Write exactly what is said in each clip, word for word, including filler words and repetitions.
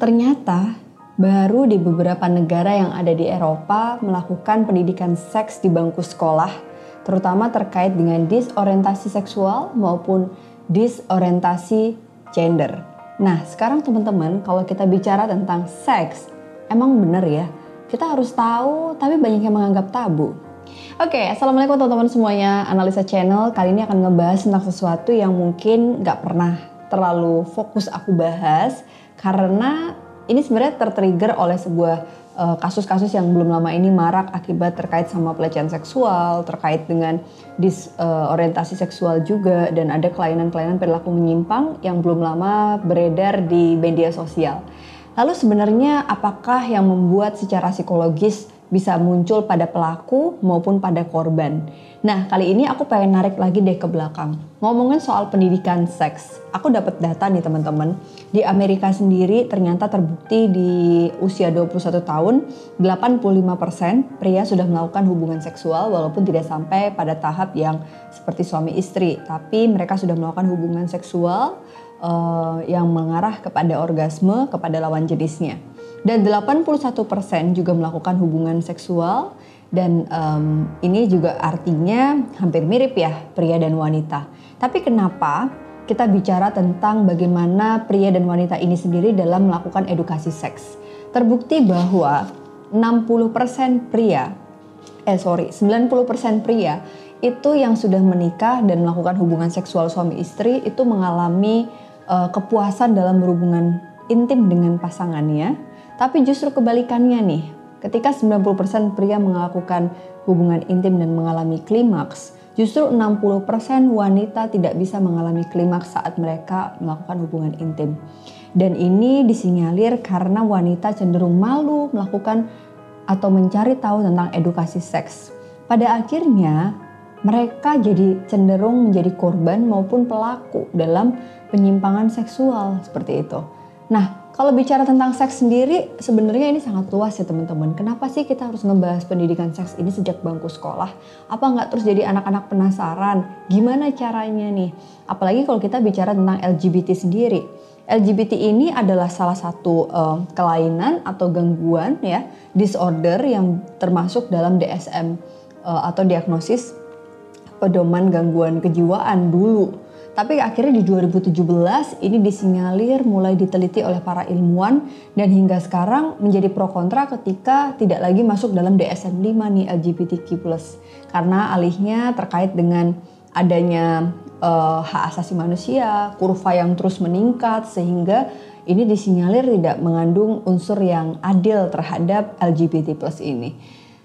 Ternyata baru di beberapa negara yang ada di Eropa melakukan pendidikan seks di bangku sekolah, terutama terkait dengan disorientasi seksual maupun disorientasi gender. Nah, sekarang teman-teman, kalau kita bicara tentang seks, emang bener ya, kita harus tahu, tapi banyak yang menganggap tabu. Oke, okay, assalamualaikum teman-teman semuanya. Analisa Channel kali ini akan ngebahas tentang sesuatu yang mungkin gak pernah terlalu fokus aku bahas, karena ini sebenarnya tertrigger oleh sebuah uh, kasus-kasus yang belum lama ini marak akibat terkait sama pelecehan seksual, terkait dengan disorientasi uh, seksual juga, dan ada kelainan-kelainan perilaku menyimpang yang belum lama beredar di media sosial. Lalu sebenarnya apakah yang membuat secara psikologis bisa muncul pada pelaku maupun pada korban? Nah, kali ini aku pengen narik lagi deh ke belakang. Ngomongin soal pendidikan seks, aku dapat data nih teman-teman. Di Amerika sendiri ternyata terbukti di usia dua puluh satu tahun, delapan puluh lima persen pria sudah melakukan hubungan seksual walaupun tidak sampai pada tahap yang seperti suami istri, tapi mereka sudah melakukan hubungan seksual uh, yang mengarah kepada orgasme kepada lawan jenisnya. Dan delapan puluh satu persen juga melakukan hubungan seksual, dan um, ini juga artinya hampir mirip ya pria dan wanita. Tapi kenapa kita bicara tentang bagaimana pria dan wanita ini sendiri dalam melakukan edukasi seks? Terbukti bahwa enam puluh persen pria, eh sorry sembilan puluh persen pria itu yang sudah menikah dan melakukan hubungan seksual suami istri itu mengalami uh, kepuasan dalam berhubungan intim dengan pasangannya. Tapi justru kebalikannya nih, ketika sembilan puluh persen pria melakukan hubungan intim dan mengalami klimaks, justru enam puluh persen wanita tidak bisa mengalami klimaks saat mereka melakukan hubungan intim. Dan ini disinyalir karena wanita cenderung malu melakukan atau mencari tahu tentang edukasi seks. Pada akhirnya, mereka jadi cenderung menjadi korban maupun pelaku dalam penyimpangan seksual seperti itu. Nah, kalau bicara tentang seks sendiri, sebenarnya ini sangat luas ya teman-teman. Kenapa sih kita harus ngebahas pendidikan seks ini sejak bangku sekolah? Apa nggak terus jadi anak-anak penasaran? Gimana caranya nih? Apalagi kalau kita bicara tentang L G B T sendiri. L G B T ini adalah salah satu uh, kelainan atau gangguan ya, disorder yang termasuk dalam D S M uh, atau diagnosis pedoman gangguan kejiwaan dulu. Tapi akhirnya di dua ribu tujuh belas ini disinyalir mulai diteliti oleh para ilmuwan dan hingga sekarang menjadi pro kontra ketika tidak lagi masuk dalam D S M lima nih L G B T Q plus. Karena alihnya terkait dengan adanya uh, hak asasi manusia, kurva yang terus meningkat sehingga ini disinyalir tidak mengandung unsur yang adil terhadap L G B T plus ini.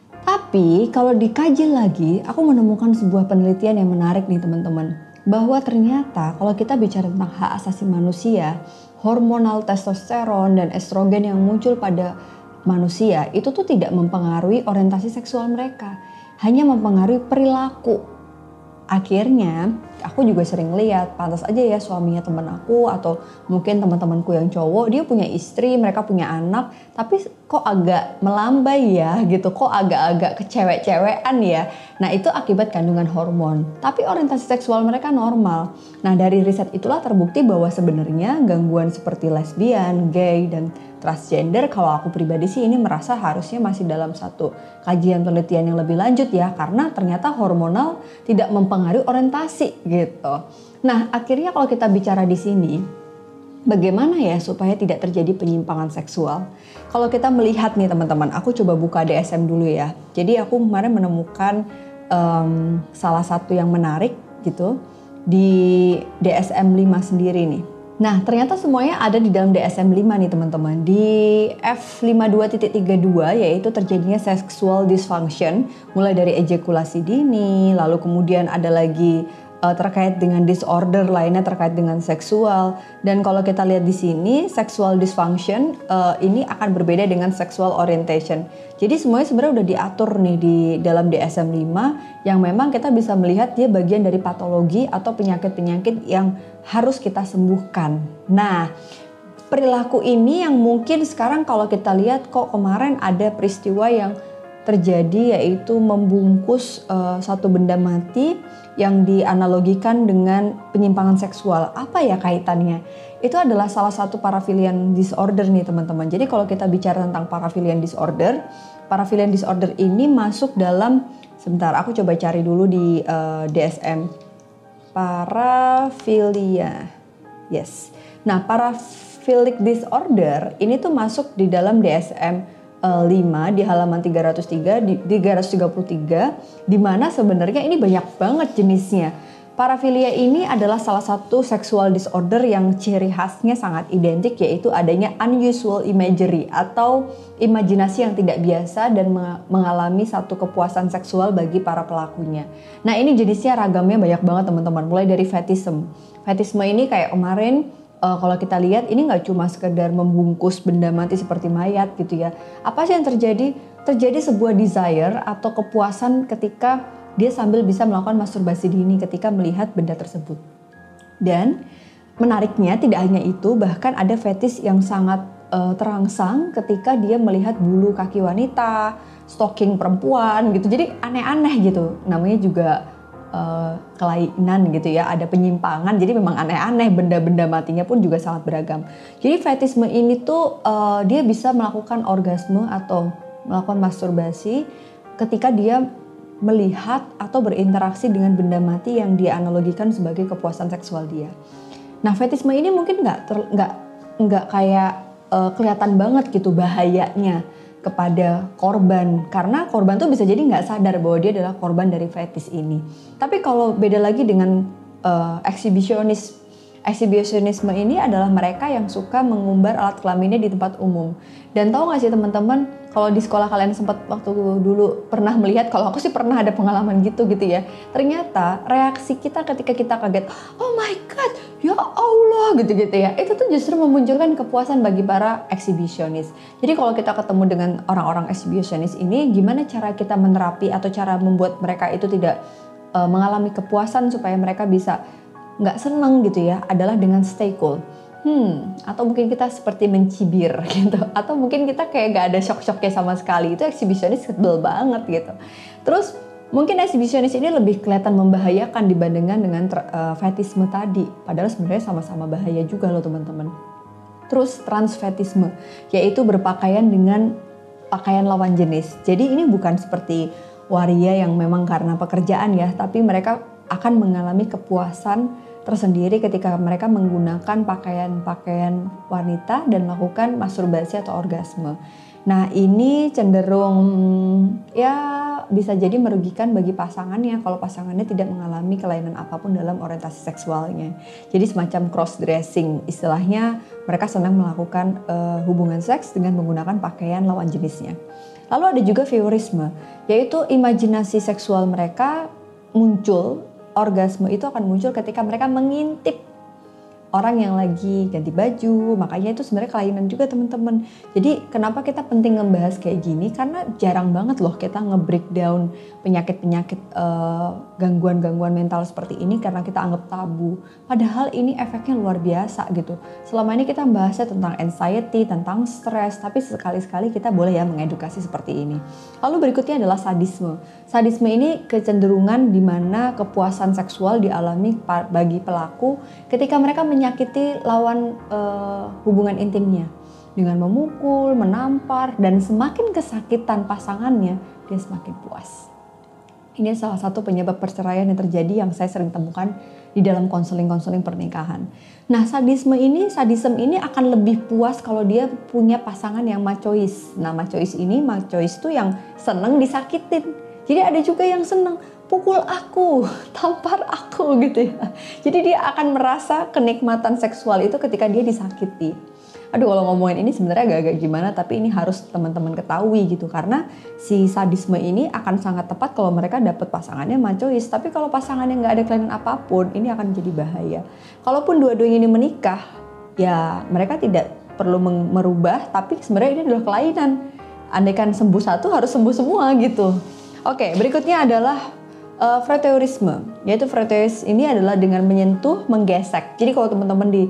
Tapi kalau dikaji lagi, aku menemukan sebuah penelitian yang menarik nih teman-teman. Bahwa ternyata kalau kita bicara tentang hak asasi manusia, hormonal testosteron dan estrogen yang muncul pada manusia itu tuh tidak mempengaruhi orientasi seksual mereka, hanya mempengaruhi perilaku. Akhirnya aku juga sering lihat, pantas aja ya suaminya teman aku atau mungkin teman-temanku yang cowok, dia punya istri, mereka punya anak, tapi kok agak melambai ya gitu, kok agak-agak kecewek-cewekan ya. Nah itu akibat kandungan hormon, tapi orientasi seksual mereka normal. Nah dari riset itulah terbukti bahwa sebenarnya gangguan seperti lesbian, gay, dan transgender, kalau aku pribadi sih ini merasa harusnya masih dalam satu kajian penelitian yang lebih lanjut ya, karena ternyata hormonal tidak mempengaruhi orientasi gitu. Nah akhirnya kalau kita bicara di sini, bagaimana ya supaya tidak terjadi penyimpangan seksual? Kalau kita melihat nih teman-teman, aku coba buka D S M dulu ya. Jadi aku kemarin menemukan um, salah satu yang menarik gitu di D S M lima sendiri nih. Nah ternyata semuanya ada di dalam D S M lima nih teman-teman. Di F lima puluh dua titik tiga dua yaitu terjadinya sexual dysfunction mulai dari ejakulasi dini, lalu kemudian ada lagi uh, terkait dengan disorder lainnya terkait dengan seksual. Dan kalau kita lihat di sini sexual dysfunction uh, ini akan berbeda dengan sexual orientation. Jadi semuanya sebenarnya udah diatur nih di dalam D S M lima yang memang kita bisa melihat dia bagian dari patologi atau penyakit-penyakit yang harus kita sembuhkan. Nah, perilaku ini yang mungkin sekarang kalau kita lihat kok kemarin ada peristiwa yang terjadi, yaitu membungkus uh, satu benda mati yang dianalogikan dengan penyimpangan seksual. Apa ya kaitannya? Itu adalah salah satu paraphilian disorder nih teman-teman. Jadi kalau kita bicara tentang paraphilian disorder, paraphilian disorder ini masuk dalam, sebentar aku coba cari dulu di uh, D S M. Paraphilia. Yes. Nah, paraphilic disorder ini tuh masuk di dalam D S M lima di halaman tiga ratus tiga, di tiga ratus tiga puluh tiga, di mana sebenarnya ini banyak banget jenisnya. Paraphilia ini adalah salah satu sexual disorder yang ciri khasnya sangat identik, yaitu adanya unusual imagery atau imajinasi yang tidak biasa dan mengalami satu kepuasan seksual bagi para pelakunya. Nah, ini jenisnya ragamnya banyak banget teman-teman, mulai dari fetishism. Fetishism ini kayak kemarin Uh, kalau kita lihat ini nggak cuma sekedar membungkus benda mati seperti mayat gitu ya. Apa sih yang terjadi? Terjadi sebuah desire atau kepuasan ketika dia sambil bisa melakukan masturbasi dini ketika melihat benda tersebut. Dan menariknya tidak hanya itu, bahkan ada fetish yang sangat uh, terangsang ketika dia melihat bulu kaki wanita, stocking perempuan gitu. Jadi aneh-aneh gitu. Namanya juga Uh, kelainan gitu ya, ada penyimpangan, jadi memang aneh-aneh, benda-benda matinya pun juga sangat beragam. Jadi fetisme ini tuh uh, dia bisa melakukan orgasme atau melakukan masturbasi ketika dia melihat atau berinteraksi dengan benda mati yang dia analogikan sebagai kepuasan seksual dia. Nah, fetisme ini mungkin nggak nggak nggak kayak uh, kelihatan banget gitu bahayanya kepada korban, karena korban tuh bisa jadi nggak sadar bahwa dia adalah korban dari fetish ini. Tapi kalau beda lagi dengan uh, eksibisionis, eksibisionisme ini adalah mereka yang suka mengumbar alat kelaminnya di tempat umum. Dan tahu nggak sih teman-teman, kalau di sekolah kalian sempat waktu dulu pernah melihat, kalau aku sih pernah ada pengalaman gitu gitu ya. Ternyata reaksi kita ketika kita kaget, oh my god, ya Allah gitu-gitu ya. Itu tuh justru memunculkan kepuasan bagi para eksibisionis. Jadi kalau kita ketemu dengan orang-orang eksibisionis ini, gimana cara kita menerapi atau cara membuat mereka itu tidak uh, mengalami kepuasan supaya mereka bisa nggak seneng gitu ya, adalah dengan stay cool. Hmm, atau mungkin kita seperti mencibir gitu, atau mungkin kita kayak gak ada shock-shocknya sama sekali. Itu eksibisionis sebel banget gitu. Terus mungkin eksibisionis ini lebih kelihatan membahayakan dibandingkan dengan uh, fetisme tadi, padahal sebenarnya sama-sama bahaya juga loh teman-teman. Terus transfetisme, yaitu berpakaian dengan pakaian lawan jenis. Jadi ini bukan seperti waria yang memang karena pekerjaan ya, tapi mereka akan mengalami kepuasan tersendiri ketika mereka menggunakan pakaian-pakaian wanita dan melakukan masturbasi atau orgasme. Nah, ini cenderung ya bisa jadi merugikan bagi pasangannya kalau pasangannya tidak mengalami kelainan apapun dalam orientasi seksualnya. Jadi semacam cross dressing, istilahnya mereka senang melakukan uh, hubungan seks dengan menggunakan pakaian lawan jenisnya. Lalu ada juga voyeurisme, yaitu imajinasi seksual mereka muncul. Orgasme itu akan muncul ketika mereka mengintip orang yang lagi ganti baju. Makanya itu sebenarnya kelainan juga teman-teman. Jadi kenapa kita penting ngebahas kayak gini? Karena jarang banget loh kita nge-breakdown penyakit-penyakit uh, gangguan-gangguan mental seperti ini karena kita anggap tabu. Padahal ini efeknya luar biasa gitu. Selama ini kita bahasnya tentang anxiety, tentang stres, tapi sekali-sekali kita boleh ya mengedukasi seperti ini. Lalu berikutnya adalah sadisme. Sadisme ini kecenderungan di mana kepuasan seksual dialami bagi pelaku ketika mereka menyakiti lawan uh, hubungan intimnya dengan memukul, menampar, dan semakin kesakitan pasangannya, dia semakin puas. Ini salah satu penyebab perceraian yang terjadi yang saya sering temukan di dalam konseling-konseling pernikahan. Nah, sadisme ini, sadisme ini akan lebih puas kalau dia punya pasangan yang machois. Nah, machois ini, machois itu yang seneng disakitin. Jadi ada juga yang seneng, pukul aku, tampar aku gitu ya. Jadi dia akan merasa kenikmatan seksual itu ketika dia disakiti. Aduh, kalau ngomongin ini sebenarnya agak-agak gimana, tapi ini harus teman-teman ketahui gitu. Karena si sadisme ini akan sangat tepat kalau mereka dapat pasangannya machois. Tapi kalau pasangannya nggak ada kelainan apapun, ini akan jadi bahaya. Kalaupun dua-duanya ini menikah, ya mereka tidak perlu merubah, tapi sebenarnya ini adalah kelainan. Andaikan sembuh satu, harus sembuh semua gitu. Oke, berikutnya adalah uh, froteurisme, yaitu froteus ini adalah dengan menyentuh, menggesek. Jadi kalau teman-teman di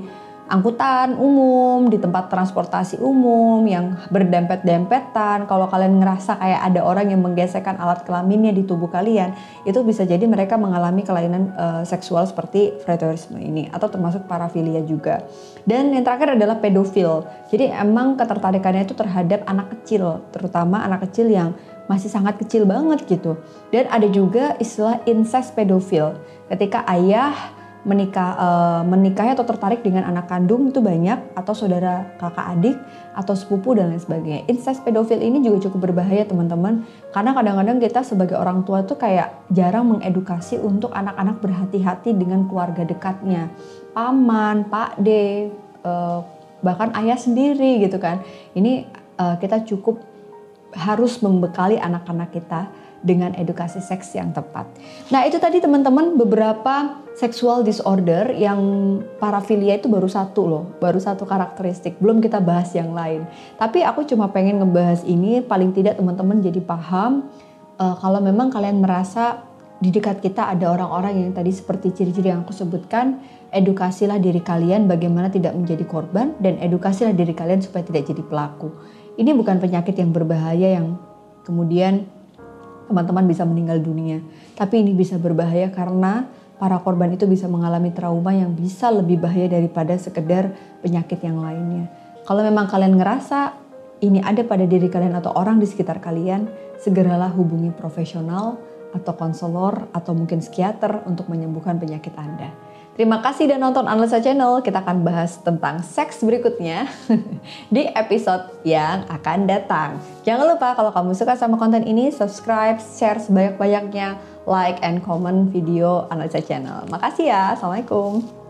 angkutan umum, di tempat transportasi umum yang berdempet-dempetan. Kalau kalian ngerasa kayak ada orang yang menggesekkan alat kelaminnya di tubuh kalian, itu bisa jadi mereka mengalami kelainan uh, seksual seperti freterisme ini, atau termasuk parafilia juga. Dan yang terakhir adalah pedofil. Jadi emang ketertarikannya itu terhadap anak kecil, terutama anak kecil yang masih sangat kecil banget gitu. Dan ada juga istilah incest pedofil. Ketika ayah menikah uh, menikahi atau tertarik dengan anak kandung itu banyak, atau saudara kakak adik atau sepupu dan lain sebagainya. Incest pedofil ini juga cukup berbahaya teman-teman, karena kadang-kadang kita sebagai orang tua tuh kayak jarang mengedukasi untuk anak-anak berhati-hati dengan keluarga dekatnya, paman, pak de, uh, bahkan ayah sendiri gitu kan. Ini uh, kita cukup harus membekali anak-anak kita dengan edukasi seks yang tepat. Nah itu tadi teman-teman beberapa sexual disorder yang parafilia itu baru satu loh, baru satu karakteristik, belum kita bahas yang lain. Tapi aku cuma pengen ngebahas ini, paling tidak teman-teman jadi paham uh, kalau memang kalian merasa di dekat kita ada orang-orang yang tadi seperti ciri-ciri yang aku sebutkan, edukasilah diri kalian bagaimana tidak menjadi korban, dan edukasilah diri kalian supaya tidak jadi pelaku. Ini bukan penyakit yang berbahaya yang kemudian teman-teman bisa meninggal dunia. Tapi ini bisa berbahaya karena para korban itu bisa mengalami trauma yang bisa lebih bahaya daripada sekedar penyakit yang lainnya. Kalau memang kalian ngerasa ini ada pada diri kalian atau orang di sekitar kalian, segeralah hubungi profesional atau konselor atau mungkin psikiater untuk menyembuhkan penyakit Anda. Terima kasih dan nonton Analisa Channel. Kita akan bahas tentang seks berikutnya di episode yang akan datang. Jangan lupa kalau kamu suka sama konten ini, subscribe, share sebanyak-banyaknya, like and comment video Analisa Channel. Makasih ya. Assalamualaikum.